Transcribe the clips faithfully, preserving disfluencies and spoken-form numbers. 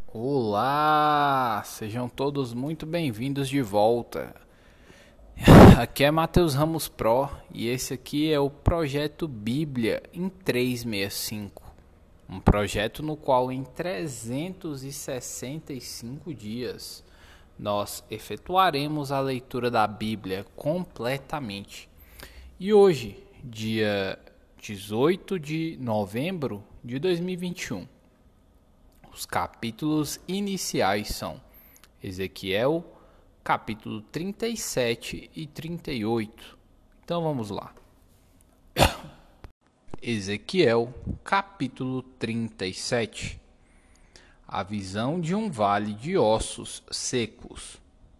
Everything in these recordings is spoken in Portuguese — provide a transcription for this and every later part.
Olá, sejam todos muito bem-vindos de volta. Aqui é Matheus Ramos Pro e esse aqui é o projeto Bíblia em trezentos e sessenta e cinco, um projeto no qual em trezentos e sessenta e cinco dias nós efetuaremos a leitura da Bíblia completamente. E hoje, dia dezoito de novembro de dois mil e vinte e um, os capítulos iniciais são Ezequiel, capítulo trinta e sete e trinta e oito. Então vamos lá. Ezequiel, capítulo trinta e sete. A visão de um vale de ossos secos.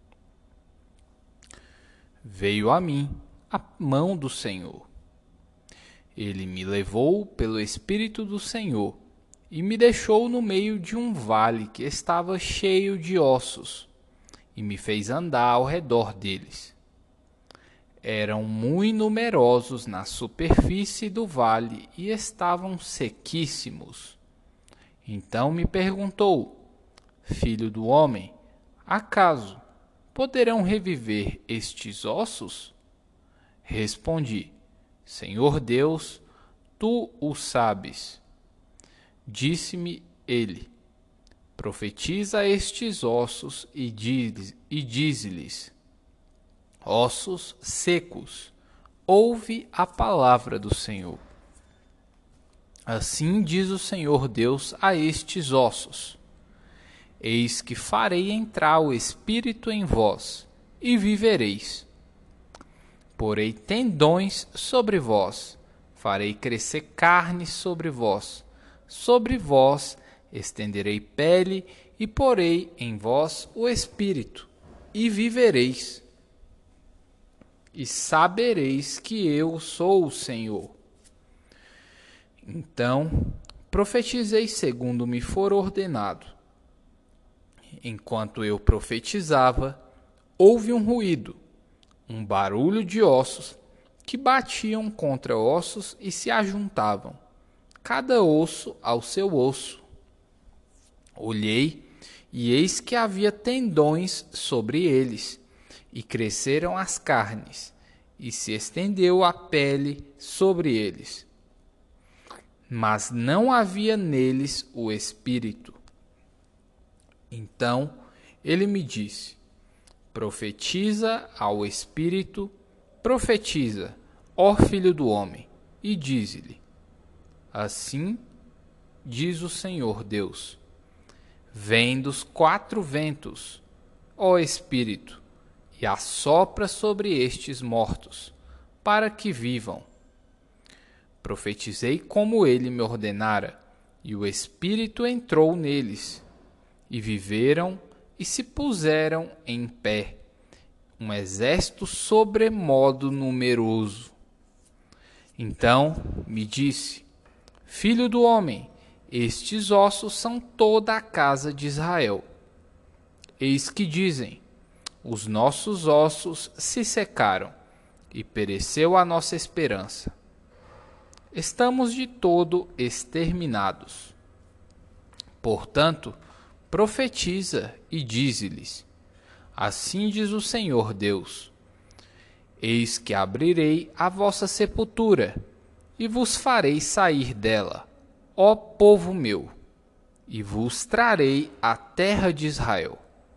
Veio a mim a mão do Senhor. Ele me levou pelo Espírito do Senhor e me deixou no meio de um vale que estava cheio de ossos, e me fez andar ao redor deles. Eram muito numerosos na superfície do vale e estavam sequíssimos. Então me perguntou: Filho do homem, acaso poderão reviver estes ossos? Respondi: Senhor Deus, tu o sabes. Disse-me ele: Profetiza a estes ossos e diz, e dize-lhes: Ossos secos, ouve a palavra do Senhor. Assim diz o Senhor Deus a estes ossos: Eis que farei entrar o Espírito em vós, e vivereis. Porei tendões sobre vós, farei crescer carne sobre vós, sobre vós estenderei pele e porei em vós o Espírito, e vivereis. E sabereis que eu sou o Senhor. Então profetizei segundo me for ordenado. Enquanto eu profetizava, houve um ruído, um barulho de ossos que batiam contra ossos e se ajuntavam, cada osso ao seu osso. Olhei, e eis que havia tendões sobre eles, e cresceram as carnes, e se estendeu a pele sobre eles. Mas não havia neles o espírito. Então ele me disse: Profetiza ao espírito, profetiza, ó filho do homem, e dize-lhe: Assim diz o Senhor Deus: Vem dos quatro ventos, ó Espírito, e assopra sobre estes mortos, para que vivam. Profetizei como ele me ordenara, e o Espírito entrou neles, e viveram e se puseram em pé, um exército sobremodo numeroso. Então me disse: Filho do homem, estes ossos são toda a casa de Israel. Eis que dizem: Os nossos ossos se secaram, e pereceu a nossa esperança. Estamos de todo exterminados. Portanto, profetiza e dize-lhes: Assim diz o Senhor Deus: Eis que abrirei a vossa sepultura, e vos farei sair dela, ó povo meu, e vos trarei a terra de Israel.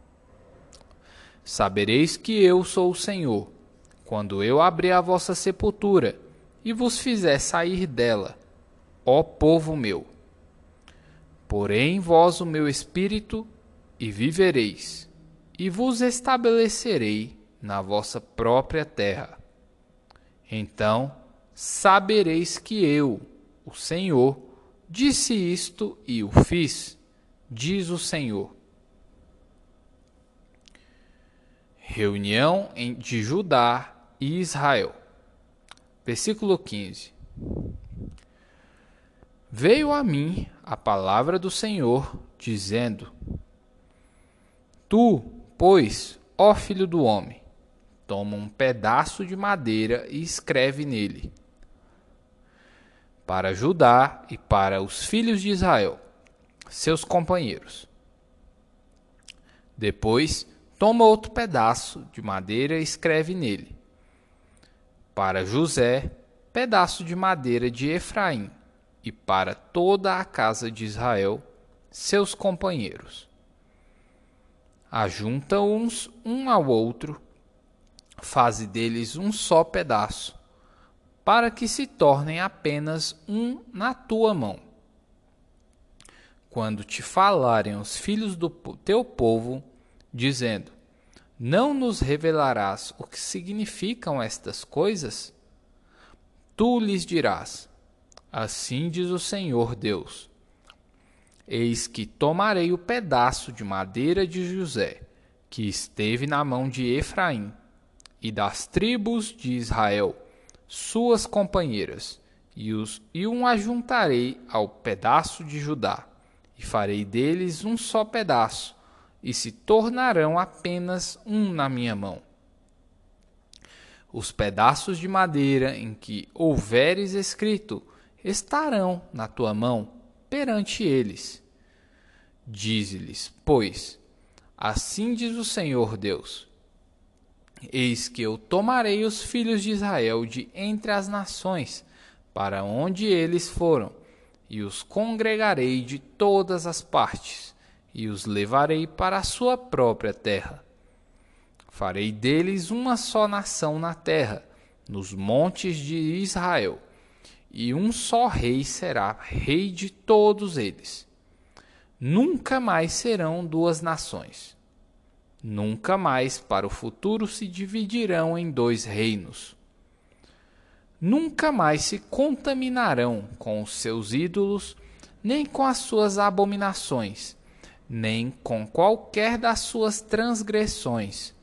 Sabereis que eu sou o Senhor, quando eu abrir a vossa sepultura, e vos fizer sair dela, ó povo meu. Porei em vós o meu espírito, e vivereis, e vos estabelecerei na vossa própria terra. Então sabereis que eu, o Senhor, disse isto e o fiz, diz o Senhor. Reunião de Judá e Israel. Versículo quinze. Veio a mim a palavra do Senhor, dizendo: Tu, pois, ó filho do homem, toma um pedaço de madeira e escreve nele: Para Judá e para os filhos de Israel, seus companheiros. Depois, toma outro pedaço de madeira e escreve nele: para José, pedaço de madeira de Efraim, e para toda a casa de Israel, seus companheiros. Ajunta-os um ao outro, faze deles um só pedaço, para que se tornem apenas um na tua mão. Quando te falarem os filhos do teu povo, dizendo: não nos revelarás o que significam estas coisas? Tu lhes dirás: assim diz o Senhor Deus: eis que tomarei o pedaço de madeira de José, que esteve na mão de Efraim, e das tribos de Israel, suas companheiras, e, os, e um ajuntarei ao pedaço de Judá, e farei deles um só pedaço, e se tornarão apenas um na minha mão. Os pedaços de madeira em que houveres escrito estarão na tua mão perante eles. Dize-lhes, pois, assim diz o Senhor Deus: eis que eu tomarei os filhos de Israel de entre as nações, para onde eles foram, e os congregarei de todas as partes, e os levarei para a sua própria terra. Farei deles uma só nação na terra, nos montes de Israel, e um só rei será rei de todos eles. Nunca mais serão duas nações. Nunca mais para o futuro se dividirão em dois reinos. Nunca mais se contaminarão com os seus ídolos, nem com as suas abominações, nem com qualquer das suas transgressões.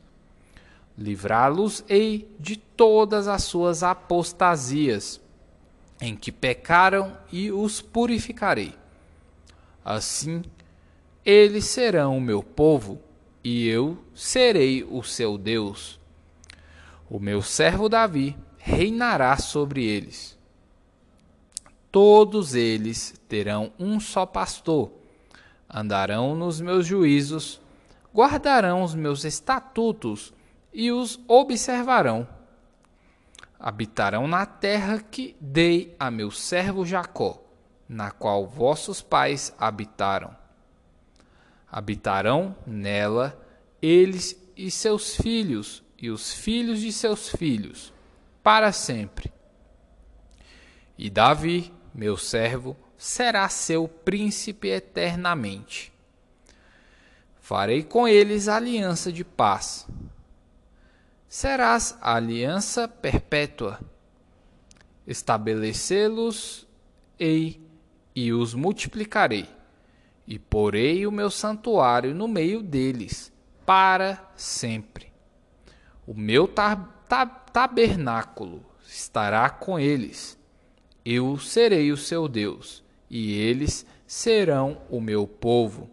Livrá-los-ei de todas as suas apostasias, em que pecaram, e os purificarei. Assim, eles serão o meu povo, e eu serei o seu Deus. O meu servo Davi reinará sobre eles. Todos eles terão um só pastor, andarão nos meus juízos, guardarão os meus estatutos e os observarão. Habitarão na terra que dei a meu servo Jacó, na qual vossos pais habitaram. Habitarão nela eles e seus filhos e os filhos de seus filhos, para sempre. E Davi, meu servo, será seu príncipe eternamente. Farei com eles aliança de paz. Serás a aliança perpétua. Estabelecê-los-ei e os multiplicarei, e porei o meu santuário no meio deles, para sempre. O meu tab- tab- tabernáculo estará com eles. Eu serei o seu Deus, e eles serão o meu povo.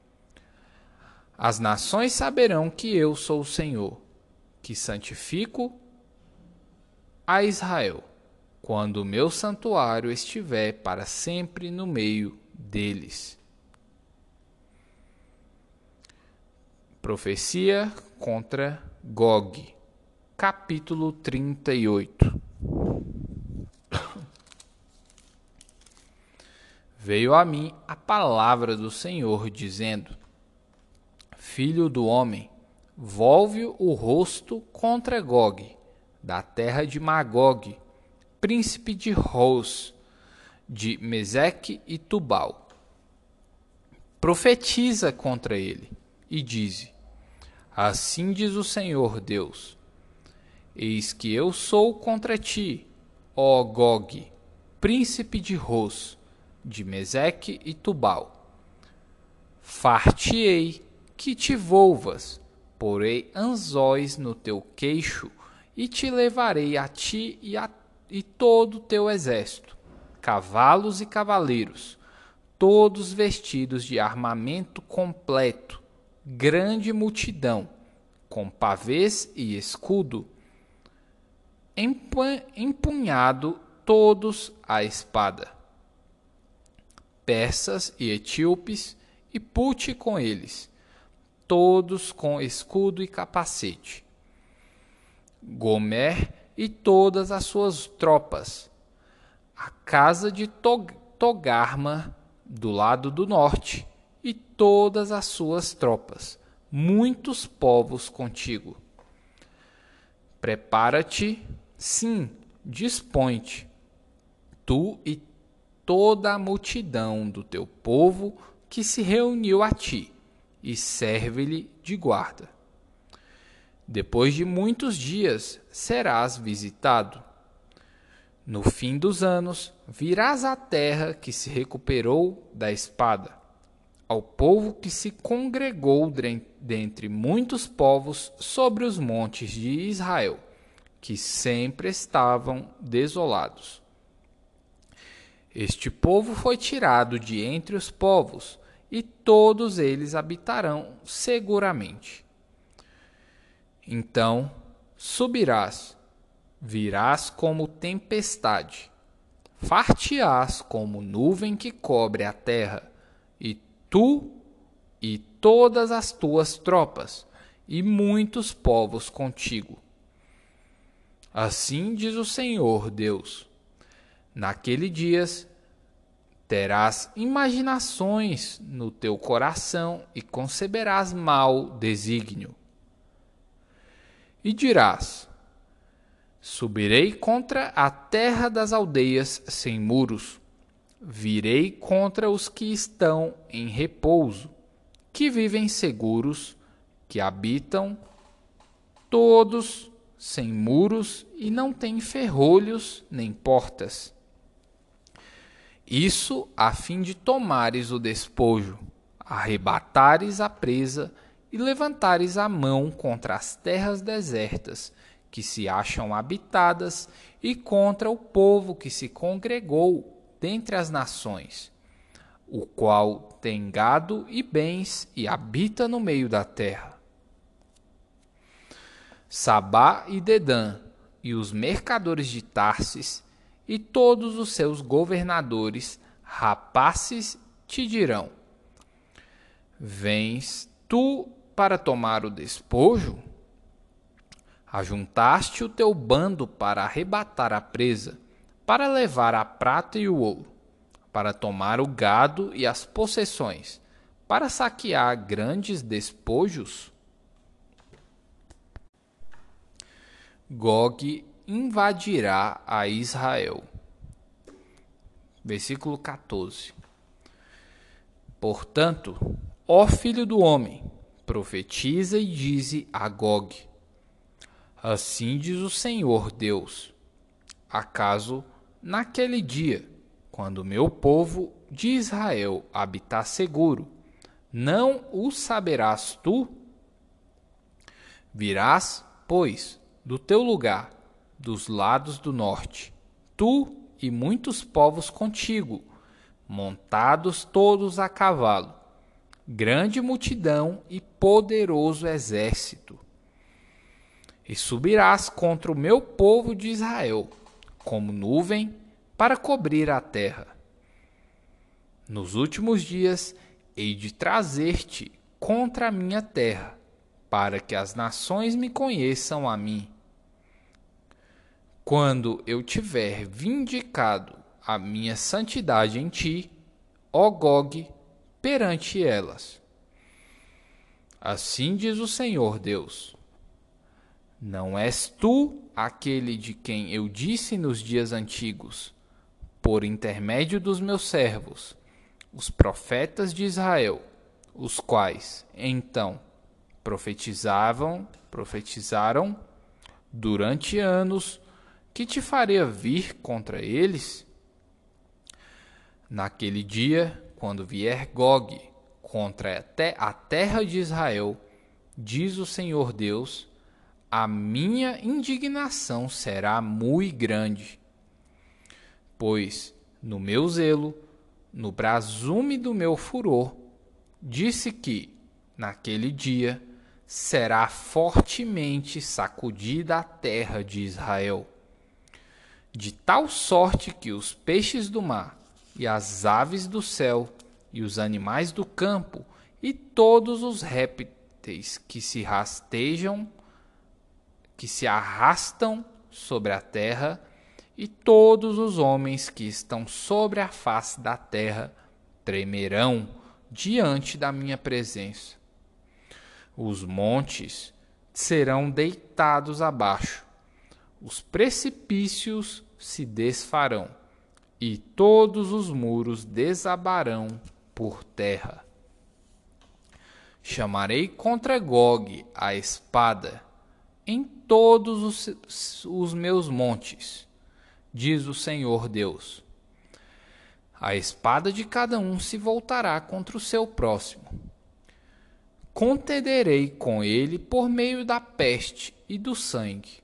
As nações saberão que eu sou o Senhor, que santifico a Israel, quando o meu santuário estiver para sempre no meio deles. Profecia contra Gog, capítulo trinta e oito. Veio a mim a palavra do Senhor, dizendo: Filho do homem, volve o rosto contra Gog, da terra de Magog, príncipe de Ros, de Meseque e Tubal. Profetiza contra ele, e dize: Assim diz o Senhor Deus: Eis que eu sou contra ti, ó Gog, príncipe de Ros, de Meseque e Tubal. Far-te-ei que te volvas, porei anzóis no teu queixo, e te levarei a ti e, a, e todo o teu exército, cavalos e cavaleiros, todos vestidos de armamento completo, grande multidão, com pavês e escudo, empunhado todos a espada. Persas e etíopes, e pute com eles, todos com escudo e capacete. Gomer e todas as suas tropas. A casa de Tog Togarma, do lado do norte, e todas as suas tropas. Muitos povos contigo. Prepara-te, sim, dispõe-te, tu e toda a multidão do teu povo que se reuniu a ti, e serve-lhe de guarda. Depois de muitos dias serás visitado. No fim dos anos virás à terra que se recuperou da espada, ao povo que se congregou dentre muitos povos sobre os montes de Israel, que sempre estavam desolados. Este povo foi tirado de entre os povos, e todos eles habitarão seguramente. Então subirás, virás como tempestade, far-te-ás como nuvem que cobre a terra, e tu e todas as tuas tropas, e muitos povos contigo. Assim diz o Senhor Deus: naquele dia terás imaginações no teu coração e conceberás mau desígnio. E dirás: subirei contra a terra das aldeias sem muros, virei contra os que estão em repouso, que vivem seguros, que habitam todos sem muros e não têm ferrolhos nem portas. Isso a fim de tomares o despojo, arrebatares a presa e levantares a mão contra as terras desertas, que se acham habitadas, e contra o povo que se congregou dentre as nações, o qual tem gado e bens e habita no meio da terra. Sabá e Dedã, e os mercadores de Tarsis, e todos os seus governadores, rapazes, te dirão: vens tu para tomar o despojo? Ajuntaste o teu bando para arrebatar a presa, para levar a prata e o ouro, para tomar o gado e as possessões, para saquear grandes despojos? Gog invadirá a Israel. Versículo quatorze. Portanto, ó filho do homem, profetiza e dize a Gog: assim diz o Senhor Deus: acaso naquele dia, quando meu povo de Israel habitar seguro, não o saberás tu? Virás, pois, do teu lugar, dos lados do norte, tu e muitos povos contigo, montados todos a cavalo, grande multidão e poderoso exército. E subirás contra o meu povo de Israel, como nuvem para cobrir a terra. Nos últimos dias hei de trazer-te contra a minha terra, para que as nações me conheçam a mim. Quando eu tiver vindicado a minha santidade em ti, ó Gog, perante elas. Assim diz o Senhor Deus: não és tu aquele de quem eu disse nos dias antigos, por intermédio dos meus servos, os profetas de Israel, os quais, então, profetizavam, profetizaram durante anos, que te faria vir contra eles? Naquele dia, quando vier Gog contra a terra de Israel, diz o Senhor Deus, a minha indignação será muito grande. Pois, no meu zelo, no brasume do meu furor, disse que, naquele dia, será fortemente sacudida a terra de Israel, de tal sorte que os peixes do mar, e as aves do céu, e os animais do campo, e todos os répteis que se rastejam, que se arrastam sobre a terra, e todos os homens que estão sobre a face da terra tremerão diante da minha presença. Os montes serão deitados abaixo, os precipícios se desfarão, e todos os muros desabarão por terra. Chamarei contra Gog a espada em todos os, os meus montes, diz o Senhor Deus. A espada de cada um se voltará contra o seu próximo. Contenderei com ele por meio da peste e do sangue.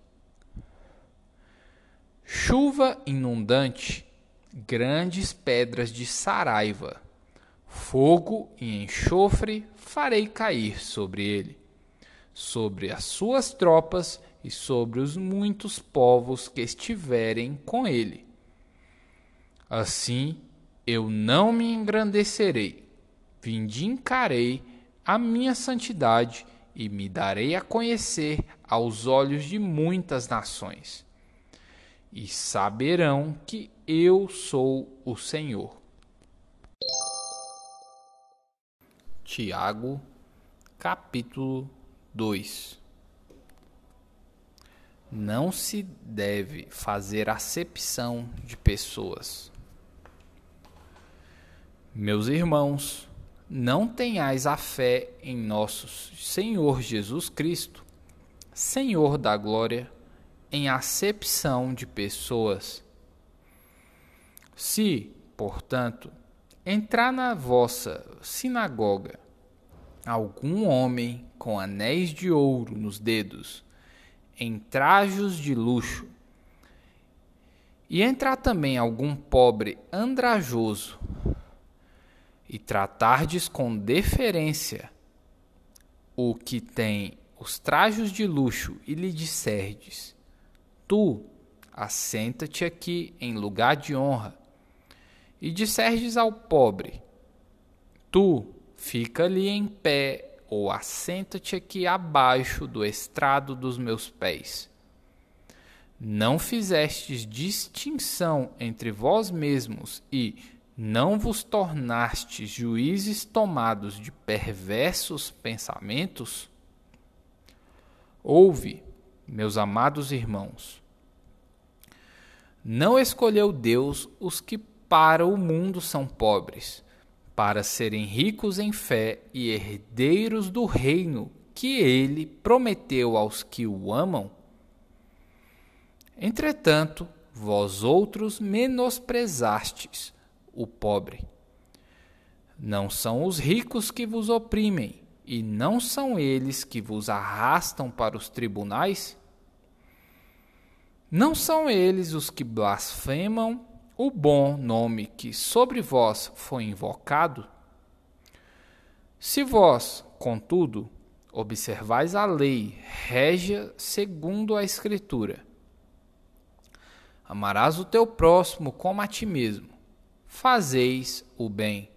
Chuva inundante, grandes pedras de saraiva, fogo e enxofre farei cair sobre ele, sobre as suas tropas e sobre os muitos povos que estiverem com ele. Assim eu não me engrandecerei, vindicarei a minha santidade e me darei a conhecer aos olhos de muitas nações, e saberão que eu sou o Senhor. Tiago, capítulo dois. Não se deve fazer acepção de pessoas. Meus irmãos, não tenhais a fé em nosso Senhor Jesus Cristo, Senhor da glória, em acepção de pessoas. Se, portanto, entrar na vossa sinagoga algum homem com anéis de ouro nos dedos, em trajos de luxo, e entrar também algum pobre andrajoso, e tratardes com deferência o que tem os trajos de luxo, e lhe disserdes: tu, assenta-te aqui em lugar de honra, e disserdes ao pobre: tu, fica ali em pé, ou assenta-te aqui abaixo do estrado dos meus pés. Não fizestes distinção entre vós mesmos e não vos tornastes juízes tomados de perversos pensamentos? Ouve, meus amados irmãos. Não escolheu Deus os que para o mundo são pobres, para serem ricos em fé e herdeiros do reino que ele prometeu aos que o amam? Entretanto, vós outros menosprezastes o pobre. Não são os ricos que vos oprimem, e não são eles que vos arrastam para os tribunais? Não são eles os que blasfemam o bom nome que sobre vós foi invocado? Se vós, contudo, observais a lei régia segundo a Escritura, amarás o teu próximo como a ti mesmo, fazeis o bem.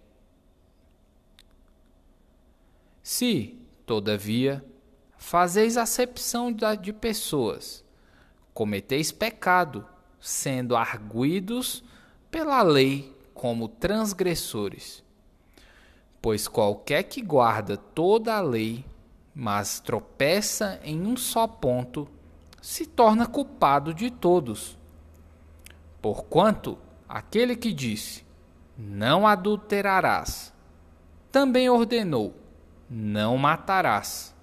Se, todavia, fazeis acepção de pessoas, cometeis pecado, sendo arguidos pela lei como transgressores. Pois qualquer que guarda toda a lei, mas tropeça em um só ponto, se torna culpado de todos. Porquanto aquele que disse: não adulterarás, também ordenou: não matarás.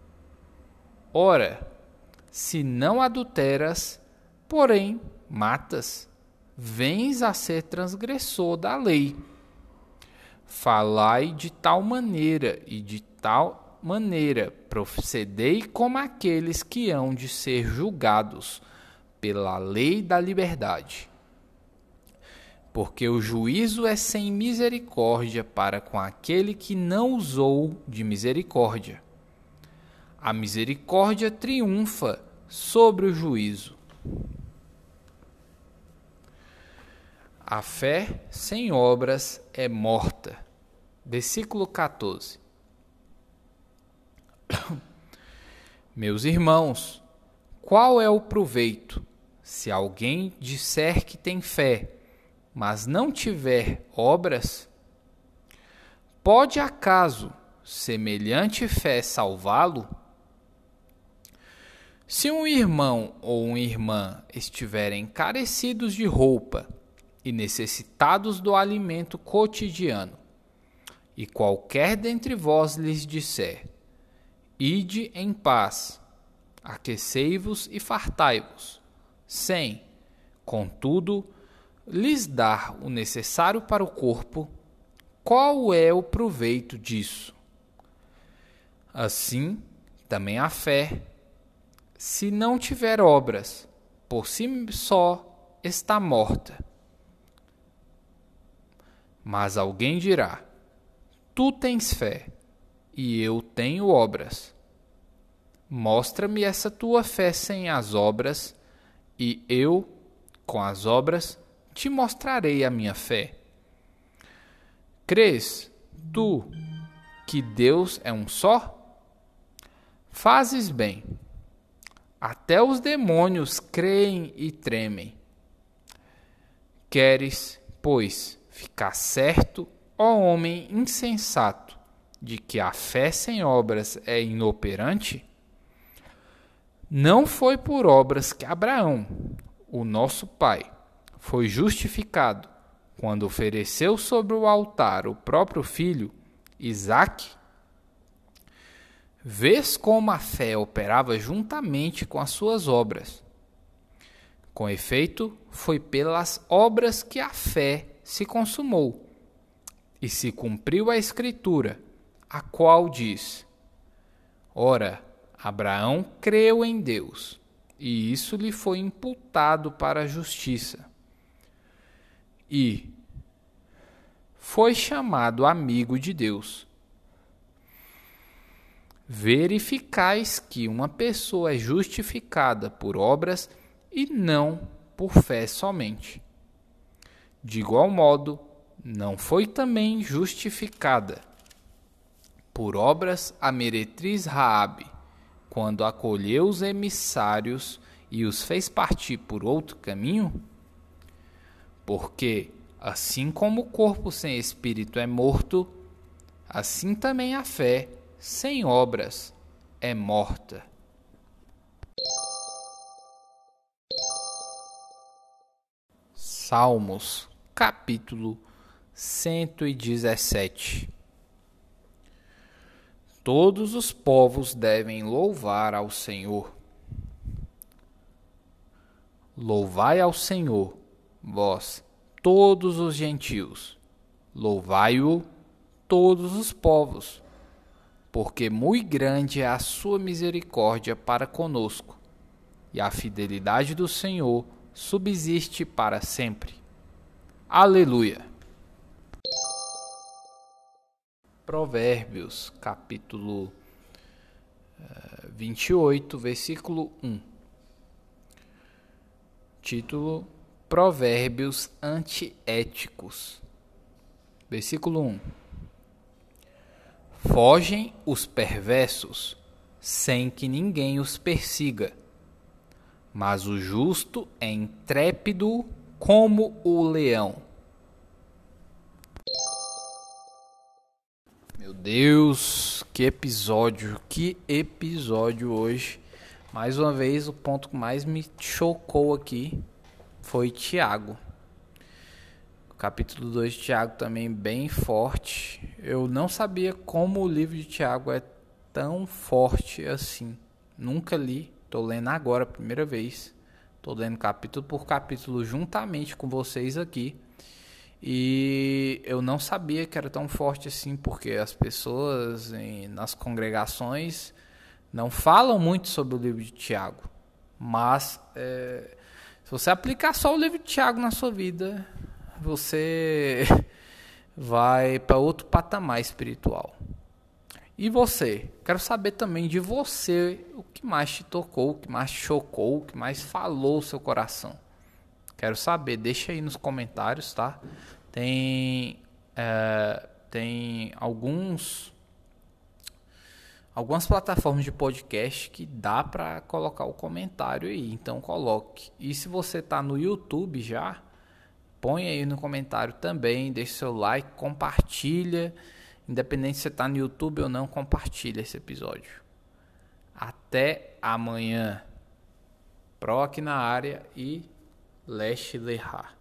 Ora, se não adulteras, porém matas, vens a ser transgressor da lei. Falai de tal maneira e de tal maneira procedei como aqueles que hão de ser julgados pela lei da liberdade. Porque o juízo é sem misericórdia para com aquele que não usou de misericórdia. A misericórdia triunfa sobre o juízo. A fé sem obras é morta. Versículo quatorze. Meus irmãos, qual é o proveito se alguém disser que tem fé, mas não tiver obras? Pode acaso semelhante fé salvá-lo? Se um irmão ou uma irmã estiverem carecidos de roupa e necessitados do alimento cotidiano, e qualquer dentre vós lhes disser: ide em paz, aquecei-vos e fartai-vos, sem, contudo, lhes dar o necessário para o corpo, qual é o proveito disso? Assim, também a fé, se não tiver obras, por si só está morta. Mas alguém dirá: tu tens fé, e eu tenho obras. Mostra-me essa tua fé sem as obras, e eu, com as obras, te mostrarei a minha fé. Crês tu que Deus é um só? Fazes bem. Até os demônios creem e tremem. Queres, pois, ficar certo, ó homem insensato, de que a fé sem obras é inoperante? Não foi por obras que Abraão, o nosso pai, foi justificado quando ofereceu sobre o altar o próprio filho, Isaque? Vês como a fé operava juntamente com as suas obras. Com efeito, foi pelas obras que a fé se consumou, e se cumpriu a Escritura, a qual diz: ora, Abraão creu em Deus, e isso lhe foi imputado para a justiça. E foi chamado amigo de Deus. Verificais que uma pessoa é justificada por obras e não por fé somente. De igual modo, não foi também justificada por obras a meretriz Raabe, quando acolheu os emissários e os fez partir por outro caminho? Porque, assim como o corpo sem espírito é morto, assim também a fé sem obras é morta. Salmos, capítulo cento e dezessete. Todos os povos devem louvar ao Senhor. Louvai ao Senhor, vós, todos os gentios. Louvai-o, todos os povos. Porque muito grande é a sua misericórdia para conosco, e a fidelidade do Senhor subsiste para sempre. Aleluia! Provérbios, capítulo uh, vinte e oito, versículo um. Título: Provérbios antiéticos. Versículo um. Fogem os perversos, sem que ninguém os persiga, mas o justo é intrépido como o leão. Meu Deus, que episódio, que episódio hoje. Mais uma vez, o ponto que mais me chocou aqui foi Tiago. Capítulo dois de Tiago também bem forte. Eu não sabia como o livro de Tiago é tão forte assim. Nunca li. Estou lendo agora, primeira vez. Estou lendo capítulo por capítulo juntamente com vocês aqui. E eu não sabia que era tão forte assim, porque as pessoas em, nas congregações não falam muito sobre o livro de Tiago. Mas é, se você aplicar só o livro de Tiago na sua vida, você vai para outro patamar espiritual. E você? Quero saber também de você o que mais te tocou, o que mais te chocou, o que mais falou o seu coração. Quero saber, deixa aí nos comentários, tá? Tem, é, tem alguns, algumas plataformas de podcast que dá para colocar o comentário aí, então coloque. E se você está no YouTube já, põe aí no comentário também, deixa seu like, compartilha, independente se você está no YouTube ou não, compartilha esse episódio. Até amanhã. Pro aqui na área e Leste Lerrar.